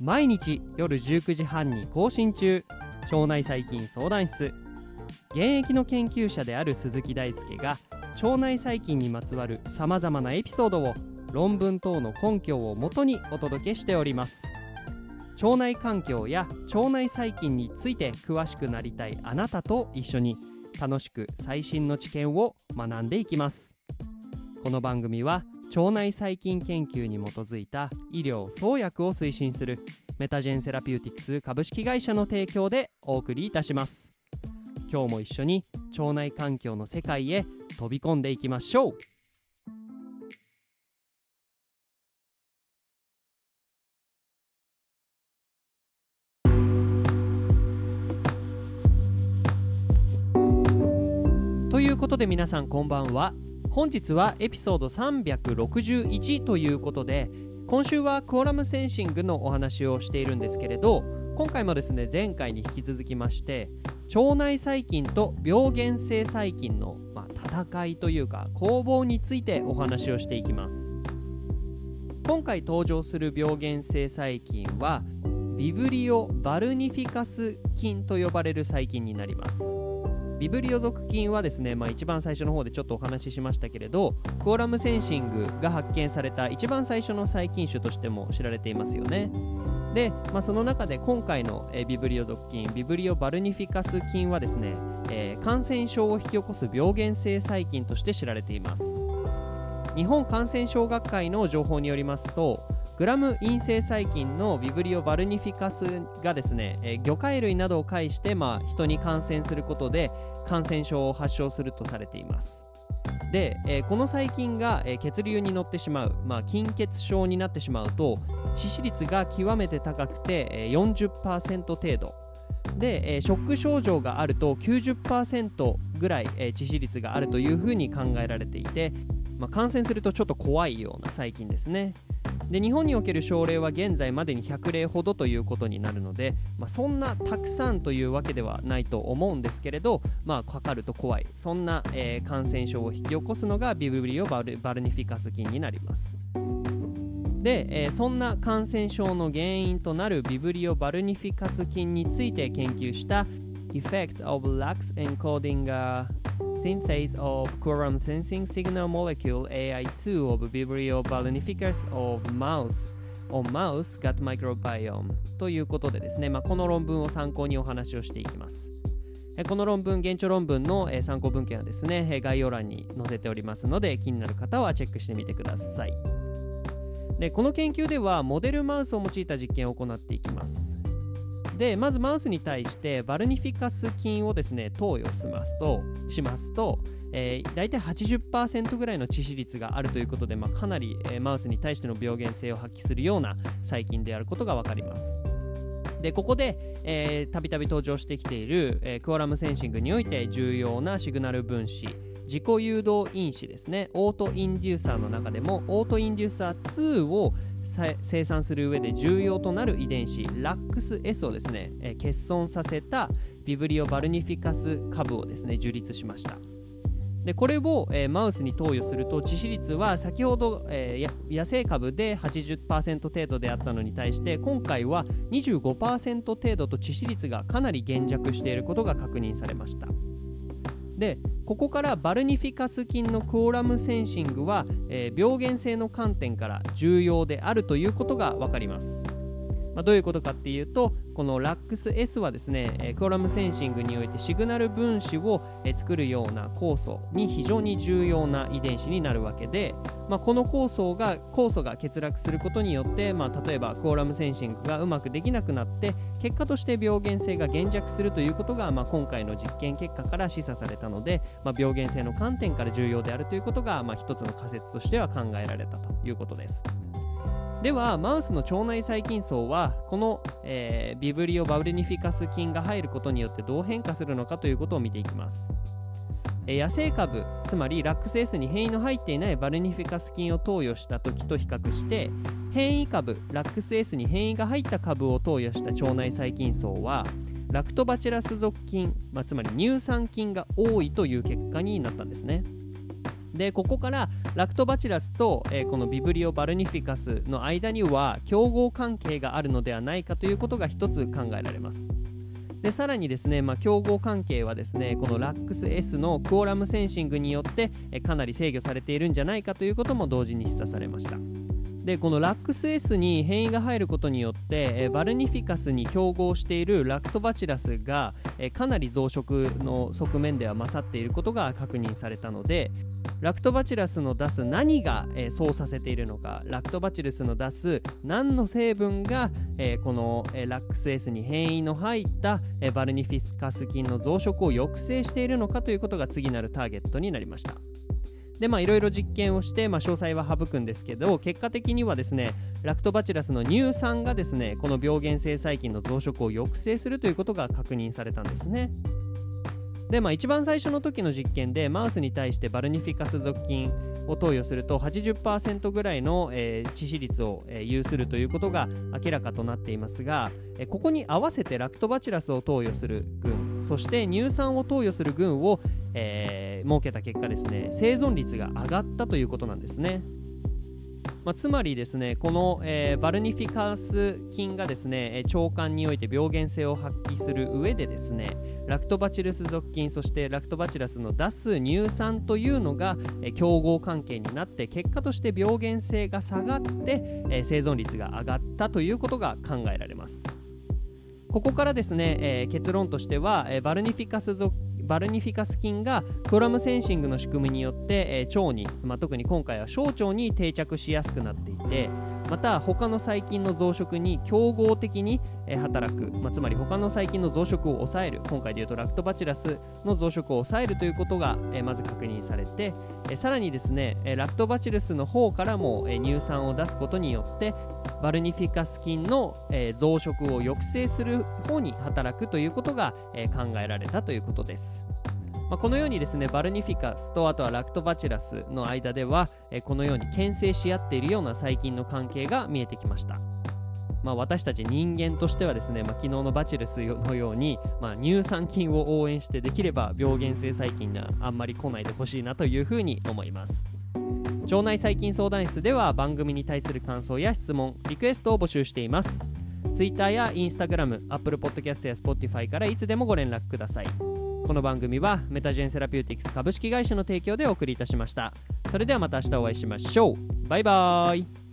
毎日夜19時半に更新中、腸内細菌相談室。現役の研究者である鈴木大輔が腸内細菌にまつわるさまざまなエピソードを論文等の根拠をもとにお届けしております。腸内環境や腸内細菌について詳しくなりたいあなたと一緒に楽しく最新の知見を学んでいきます。この番組は腸内細菌研究に基づいた医療創薬を推進するメタジェンセラピューティクス株式会社の提供でお送りいたします。今日も一緒に腸内環境の世界へ飛び込んでいきましょう。ということで皆さんこんばんは。本日はエピソード361ということで、今週はクオラムセンシングのお話をしているんですけれど、今回もですね、前回に引き続きまして腸内細菌と病原性細菌の、戦いというか攻防についてお話をしていきます。今回登場する病原性細菌はビブリオバルニフィカス菌と呼ばれる細菌になります。ビブリオ属菌はですね、一番最初の方でちょっとお話ししましたけれど、クオラムセンシングが発見された一番最初の細菌種としても知られていますよね。で、その中で今回のビブリオ属菌、ビブリオバルニフィカス菌はですね、感染症を引き起こす病原性細菌として知られています。日本感染症学会の情報によりますと、グラム陰性細菌のビブリオバルニフィカスがですね、魚介類などを介して人に感染することで感染症を発症するとされています。で、この細菌が血流に乗ってしまう、筋血症になってしまうと致死率が極めて高くて 40% 程度で、ショック症状があると 90% ぐらい致死率があるというふうに考えられていて、感染するとちょっと怖いような細菌ですね。で、日本における症例は現在までに100例ほどということになるので、そんなたくさんというわけではないと思うんですけれど、かかると怖い、そんな、感染症を引き起こすのがビブリオバルニフィカス菌になります。で、そんな感染症の原因となるビブリオバルニフィカス菌について研究したEffect of Lux Encoding Synthase of Quorum Sensing Signal Molecule AI2 of Vibrio Balanificus of Mouse on Mouse Gut Microbiome ということでですね、この論文を参考にお話をしていきます。この論文、現著論文の参考文献はですね、概要欄に載せておりますので、気になる方はチェックしてみてください。で、この研究ではモデルマウスを用いた実験を行っていきます。で、まずマウスに対してバルニフィカス菌をですね投与しますと、大体 80% ぐらいの致死率があるということで、かなり、マウスに対しての病原性を発揮するような細菌であることが分かります。で、ここでたびたび登場してきている、クオラムセンシングにおいて重要なシグナル分子、自己誘導因子ですね、オートインデューサーの中でもオートインデューサー2を生産する上で重要となる遺伝子 LAXS をですね、欠損させたビブリオバルニフィカス株をですね樹立しました。で、これを、マウスに投与すると致死率は先ほど、野生株で 80% 程度であったのに対して、今回は 25% 程度と致死率がかなり減弱していることが確認されました。で、ここからバルニフィカス菌のクオラムセンシングは、病原性の観点から重要であるということが分かります。どういうことかっていうと、この LAXS はですね、クオラムセンシングにおいてシグナル分子を作るような酵素に非常に重要な遺伝子になるわけで、この酵素が欠落することによって、例えばクオラムセンシングがうまくできなくなって結果として病原性が減弱するということが、今回の実験結果から示唆されたので、病原性の観点から重要であるということが、一つの仮説としては考えられたということです。では、マウスの腸内細菌層はこの、ビブリオバルニフィカス菌が入ることによってどう変化するのかということを見ていきます。野生株、つまり LAXS に変異の入っていないバルニフィカス菌を投与した時と比較して、変異株 LAXS に変異が入った株を投与した腸内細菌層はラクトバチラス属菌、つまり乳酸菌が多いという結果になったんですね。 でここからラクトバチラスと、このビブリオバルニフィカスの間には競合関係があるのではないかということが一つ考えられます。でさらにですね、競合関係はですね、このラックス S のクオラムセンシングによってかなり制御されているんじゃないかということも同時に示唆されました。でこのラックス S に変異が入ることによってバルニフィカスに競合しているラクトバチラスがかなり増殖の側面では勝っていることが確認されたので、ラクトバチラスの出す何がそうさせているのか、ラクトバチラスの出す何の成分がこのラックス S に変異の入ったバルニフィカス菌の増殖を抑制しているのかということが次なるターゲットになりました。でいろいろ実験をして、詳細は省くんですけど、結果的にはですね、ラクトバチラスの乳酸がですね、この病原性細菌の増殖を抑制するということが確認されたんですね。で一番最初の時の実験でマウスに対してバルニフィカス属菌を投与すると 80% ぐらいの、致死率を、有するということが明らかとなっていますが、ここに合わせてラクトバチラスを投与する群、そして乳酸を投与する群を、設けた結果ですね、生存率が上がったということなんですね。つまりですね、この、バルニフィカス菌がですね、腸管において病原性を発揮する上でですね、ラクトバチルス属菌、そしてラクトバチラスの出す乳酸というのが、競合関係になって、結果として病原性が下がって、生存率が上がったということが考えられます。ここからですね、結論としては、バルニフィカス菌がクオラムセンシングの仕組みによって、腸に、特に今回は小腸に定着しやすくなっていて、また他の細菌の増殖に競合的に、働く、つまり他の細菌の増殖を抑える、今回でいうとラクトバチラスの増殖を抑えるということが、まず確認されて、さらにですね、ラクトバチルスの方からも、乳酸を出すことによってバルニフィカス菌の、増殖を抑制する方に働くということが、考えられたということです。このようにですね、バルニフィカスとあとはラクトバチラスの間では、このように牽制し合っているような細菌の関係が見えてきました。私たち人間としてはですね、昨日のバチルスのように、乳酸菌を応援して、できれば病原性細菌があんまり来ないでほしいなというふうに思います。腸内細菌相談室では番組に対する感想や質問、リクエストを募集しています。Twitter や Instagram、Apple Podcast や Spotify からいつでもご連絡ください。この番組はメタジェンセラピューティクス株式会社の提供でお送りいたしました。それではまた明日お会いしましょう。バイバーイ。